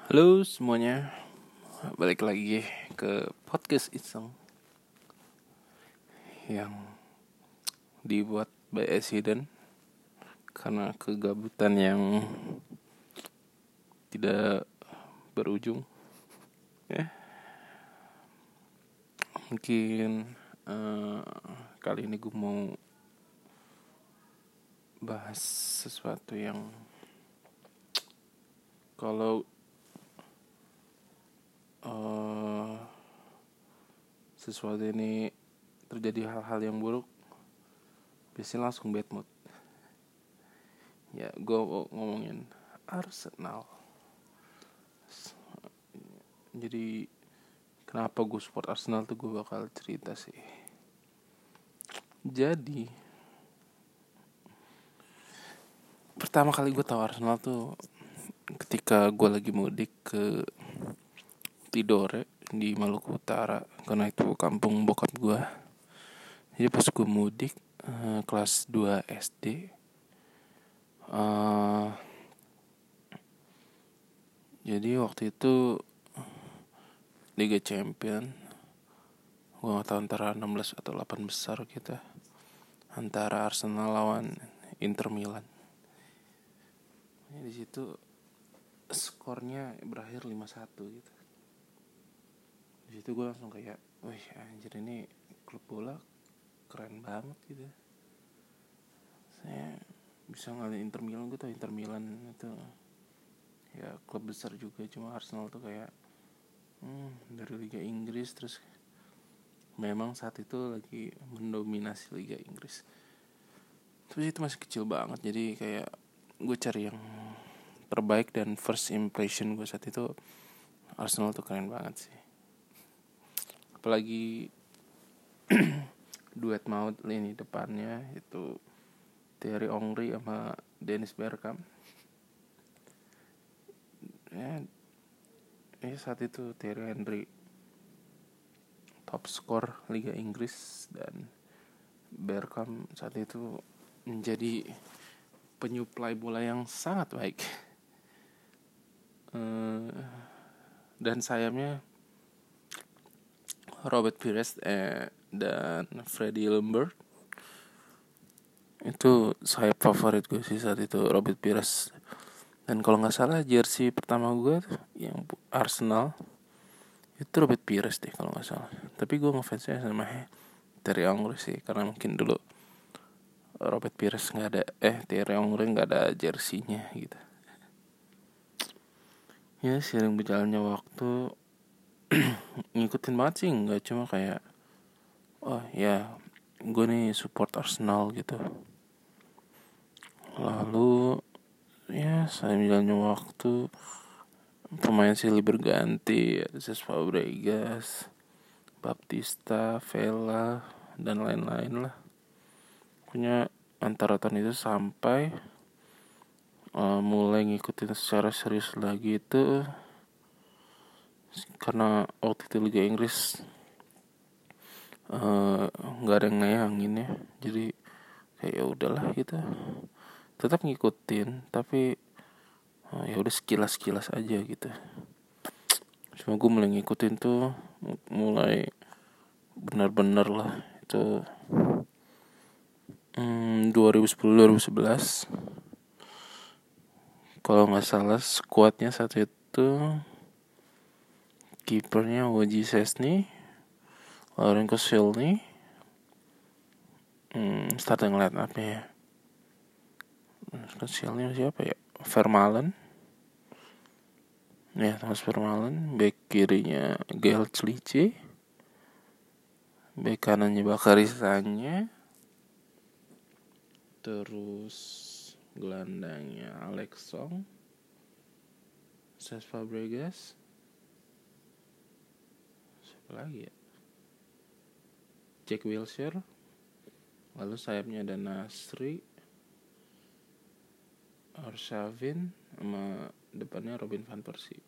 Halo semuanya, balik lagi ke podcast Iseng yang dibuat by accident karena kegabutan yang tidak berujung. Mungkin kali ini gue mau bahas sesuatu yang kalau sesuatu ini terjadi hal-hal yang buruk, biasanya langsung bad mood. Ya, gue ngomongin Arsenal. Jadi kenapa gue support Arsenal tuh gue bakal cerita sih. Jadi pertama kali gue tahu Arsenal tuh ketika gue lagi mudik ke Tidore di Maluku Utara, karena itu kampung bokap gue. Jadi pas gue mudik kelas 2 SD, jadi waktu itu Liga Champion, gue gak tahu antara 16 atau 8 besar gitu, antara Arsenal lawan Inter Milan. Di situ skornya berakhir 5-1 gitu. Di situ gue langsung kayak, wih anjir, ini klub bola keren banget gitu. Saya bisa ngalahin Inter Milan. Gue tau Inter Milan itu ya klub besar juga, cuma Arsenal tuh kayak dari Liga Inggris, terus memang saat itu lagi mendominasi Liga Inggris. Terus itu masih kecil banget, jadi kayak gue cari yang terbaik, dan first impression gue saat itu Arsenal tuh keren banget sih. Apalagi duet maut lini depannya itu Thierry Henry sama Dennis Bergkamp. Ya saat itu Thierry Henry top skor Liga Inggris, dan Bergkamp saat itu menjadi penyuplai bola yang sangat baik. Dan sayapnya Robert Pires dan Freddie Ljungberg. Itu sayap favorit gue sih saat itu, Robert Pires. Dan kalau nggak salah jersey pertama gue tuh yang Arsenal itu Robert Pires deh kalau nggak salah. Tapi gue ngefansnya sama Thierry Henry sih, karena mungkin dulu Robert Pires nggak ada, Thierry Henry nggak ada jersinya gitu. Ya seiring berjalannya waktu ngikutin banget sih, nggak cuma kayak oh ya gue nih support Arsenal gitu. Lalu ya seiring berjalannya waktu pemain silih berganti, Cesc Fabregas, Baptista, Vela, dan lain-lain lah. Punya antara tahun itu sampai mulai ngikutin secara serius lagi itu karena waktu itu Liga Inggris nggak ada yang nayangin ya, jadi kayak ya udahlah gitu, tetap ngikutin tapi ya udah sekilas aja gitu. Cuma gue mulai ngikutin tuh mulai benar-benar lah itu 2010-2011 kalau nggak salah. Skuadnya saat itu kipernya Wojciech Szczesny, Laurent Koscielny, starting line up-nya ya Koscielny siapa ya, Vermaelen ya, Thomas Vermaelen. Back kirinya Gael Clichy, back kanannya Bakary Sagna, terus gelandangnya Alex Song, Cesc Fabregas, siapa lagi ya, Jack Wilshere. Lalu sayapnya ada Nasri, Arshavin, sama depannya Robin van Persie.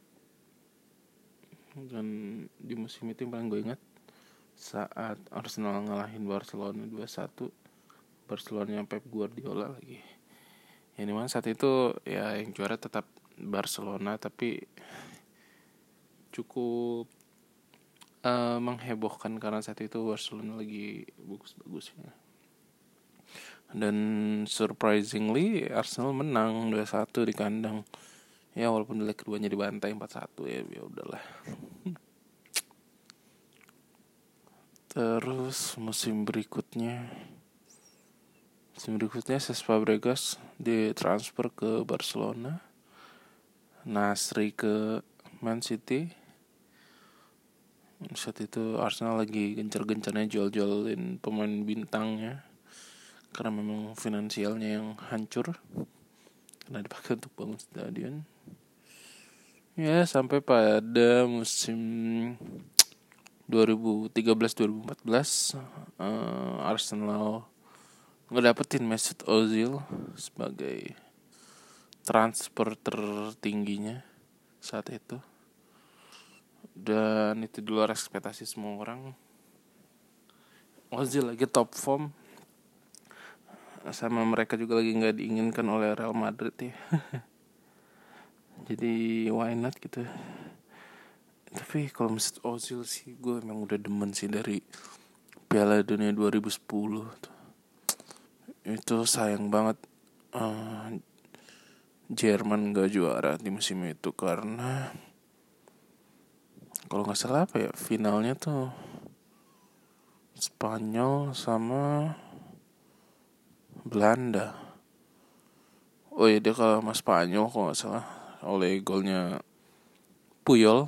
Dan di musim itu yang paling gue ingat saat Arsenal ngalahin Barcelona 2-1. Barcelona Pep Guardiola lagi. Yang dimana saat itu ya yang juara tetap Barcelona, tapi cukup menghebohkan karena saat itu Barcelona lagi bagus-bagusnya. Dan surprisingly Arsenal menang 2-1 di kandang. Ya walaupun di leg keduanya dibantai 4-1 ya udahlah. Terus musim berikutnya Cesc Fabregas ditransfer ke Barcelona, Nasri ke Man City. Saat itu Arsenal lagi gencar-gencarnya jual-jualin pemain bintangnya karena memang finansialnya yang hancur karena dipakai untuk bangun stadion. Ya sampai pada musim 2013-2014 Arsenal ngedapetin Mesut Ozil sebagai transfer tertingginya saat itu, dan itu di luar ekspektasi semua orang. Ozil lagi top form, sama mereka juga lagi nggak diinginkan oleh Real Madrid ya. Jadi why not gitu. Tapi kalau Mesut Ozil sih gue emang udah demen sih dari Piala Dunia 2010 tuh. Itu sayang banget Jerman gak juara di musim itu karena kalau nggak salah apa ya, finalnya tuh Spanyol sama Belanda. Oh iya, dia kalah sama Spanyol kalau nggak salah oleh golnya Puyol.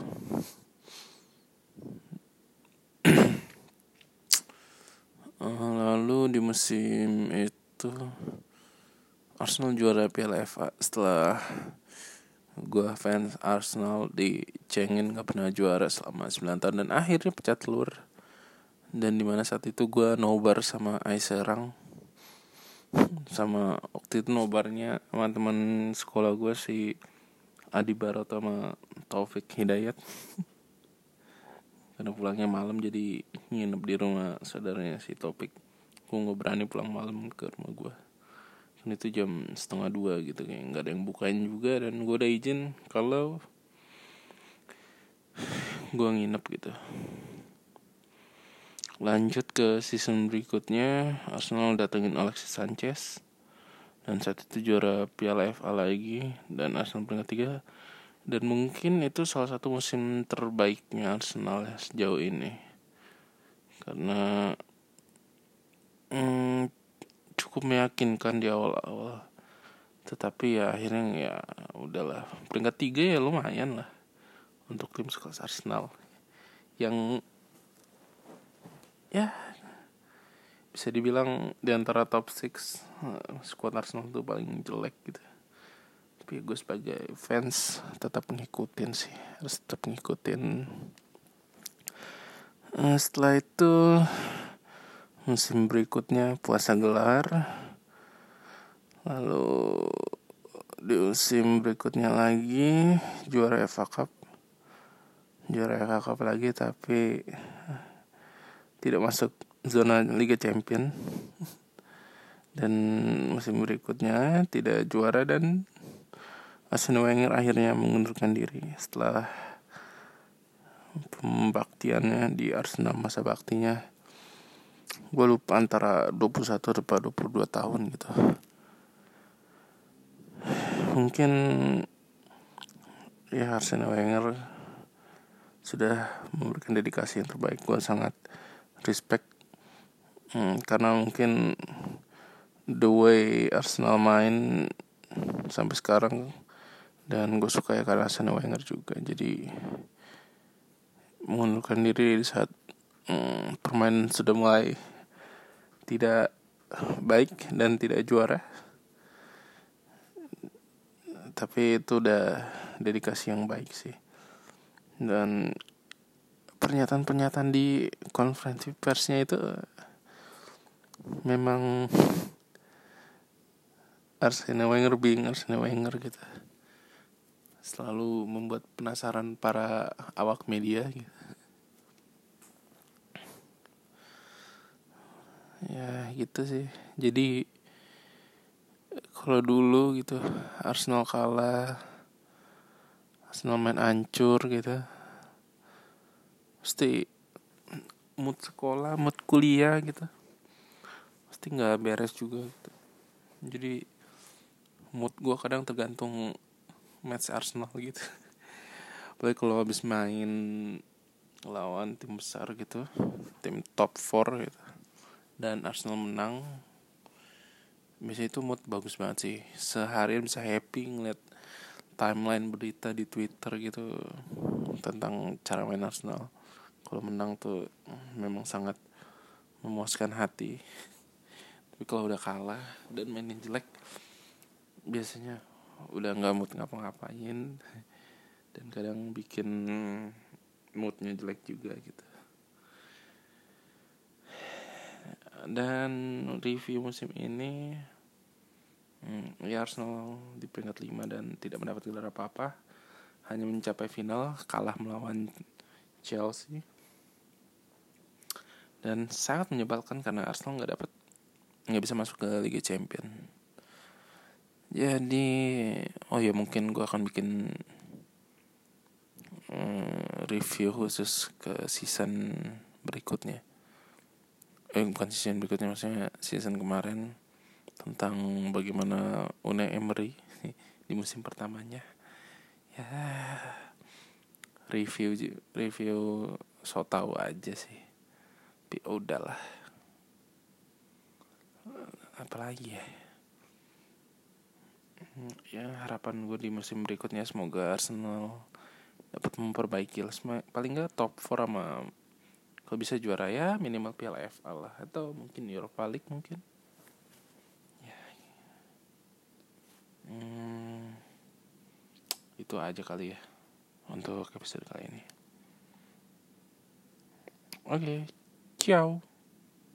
Lalu di musim itu Arsenal juara Piala FA setelah gue fans Arsenal dicengin gak pernah juara selama 9 tahun dan akhirnya pecah telur. Dan dimana saat itu gue nobar sama Aiserang, sama waktu itu nobarnya sama teman sekolah gue si Adi Barot sama Taufik Hidayat. Karena pulangnya malam jadi nginep di rumah saudaranya si Taufik. Gue gak berani pulang malam ke rumah gue, kan itu jam 1:30 gitu, kayak gak ada yang bukain juga. Dan gue udah izin kalau gue nginep gitu. Lanjut ke season berikutnya, Arsenal datengin Alexis Sanchez dan saat itu juara Piala FA lagi dan Arsenal peringkat 3. Dan mungkin itu salah satu musim terbaiknya Arsenal ya sejauh ini, karena cukup meyakinkan di awal-awal. Tetapi ya akhirnya ya udahlah, peringkat 3 ya lumayan lah untuk tim sekelas Arsenal yang ya bisa dibilang di antara top 6 squad Arsenal tuh paling jelek gitu. Tapi gue sebagai fans tetap ngikutin sih, harus tetap ngikutin. Setelah itu musim berikutnya puasa gelar. Lalu di musim berikutnya lagi juara FA Cup lagi, tapi tidak masuk zona Liga Champion. Dan musim berikutnya tidak juara dan Arsene Wenger akhirnya mengundurkan diri setelah pembaktiannya di Arsenal, masa baktinya. Gue lupa antara 21 atau 22 tahun gitu. Mungkin ya Arsene Wenger sudah memberikan dedikasi yang terbaik. Gue sangat respect karena mungkin the way Arsenal main sampai sekarang, dan gue suka ya karena Arsene Wenger juga. Jadi mengundurkan diri di saat permainan sudah mulai tidak baik dan tidak juara. Tapi itu udah dedikasi yang baik sih. Dan pernyataan-pernyataan di konferensi persnya itu memang Arsene Wenger gitu. Selalu membuat penasaran para awak media gitu. Ya gitu sih. Jadi kalau dulu gitu Arsenal kalah Arsenal main hancur gitu, pasti mood sekolah, mood kuliah gitu, pasti nggak beres juga gitu. Jadi mood gue kadang tergantung match Arsenal gitu. Apalagi kalau habis main lawan tim besar gitu, tim top 4 gitu, dan Arsenal menang, biasanya itu mood bagus banget sih. Seharian bisa happy ngeliat timeline berita di Twitter gitu tentang cara main Arsenal. Kalau menang tuh memang sangat memuaskan hati. Tapi kalau udah kalah dan mainin jelek, biasanya udah nggak mood ngapa-ngapain, dan kadang bikin moodnya jelek juga gitu. Dan review musim ini, ya Arsenal di peringkat 5 dan tidak mendapat gelar apa-apa, hanya mencapai final, kalah melawan Chelsea. Dan sangat menyebalkan karena Arsenal nggak bisa masuk ke Liga Champion. Jadi mungkin gue akan bikin review khusus ke season berikutnya. Bukan season berikutnya, maksudnya season kemarin, tentang bagaimana Unai Emery di musim pertamanya. Ya, review so tau aja sih. Tapi udahlah. Apalagi ya? Ya harapan gue di musim berikutnya semoga Arsenal dapat memperbaiki lah, paling nggak top 4 sama kalau bisa juara ya minimal Piala FA lah, atau mungkin Europa League mungkin. Ya, itu aja kali ya untuk episode kali ini. Oke, ciao.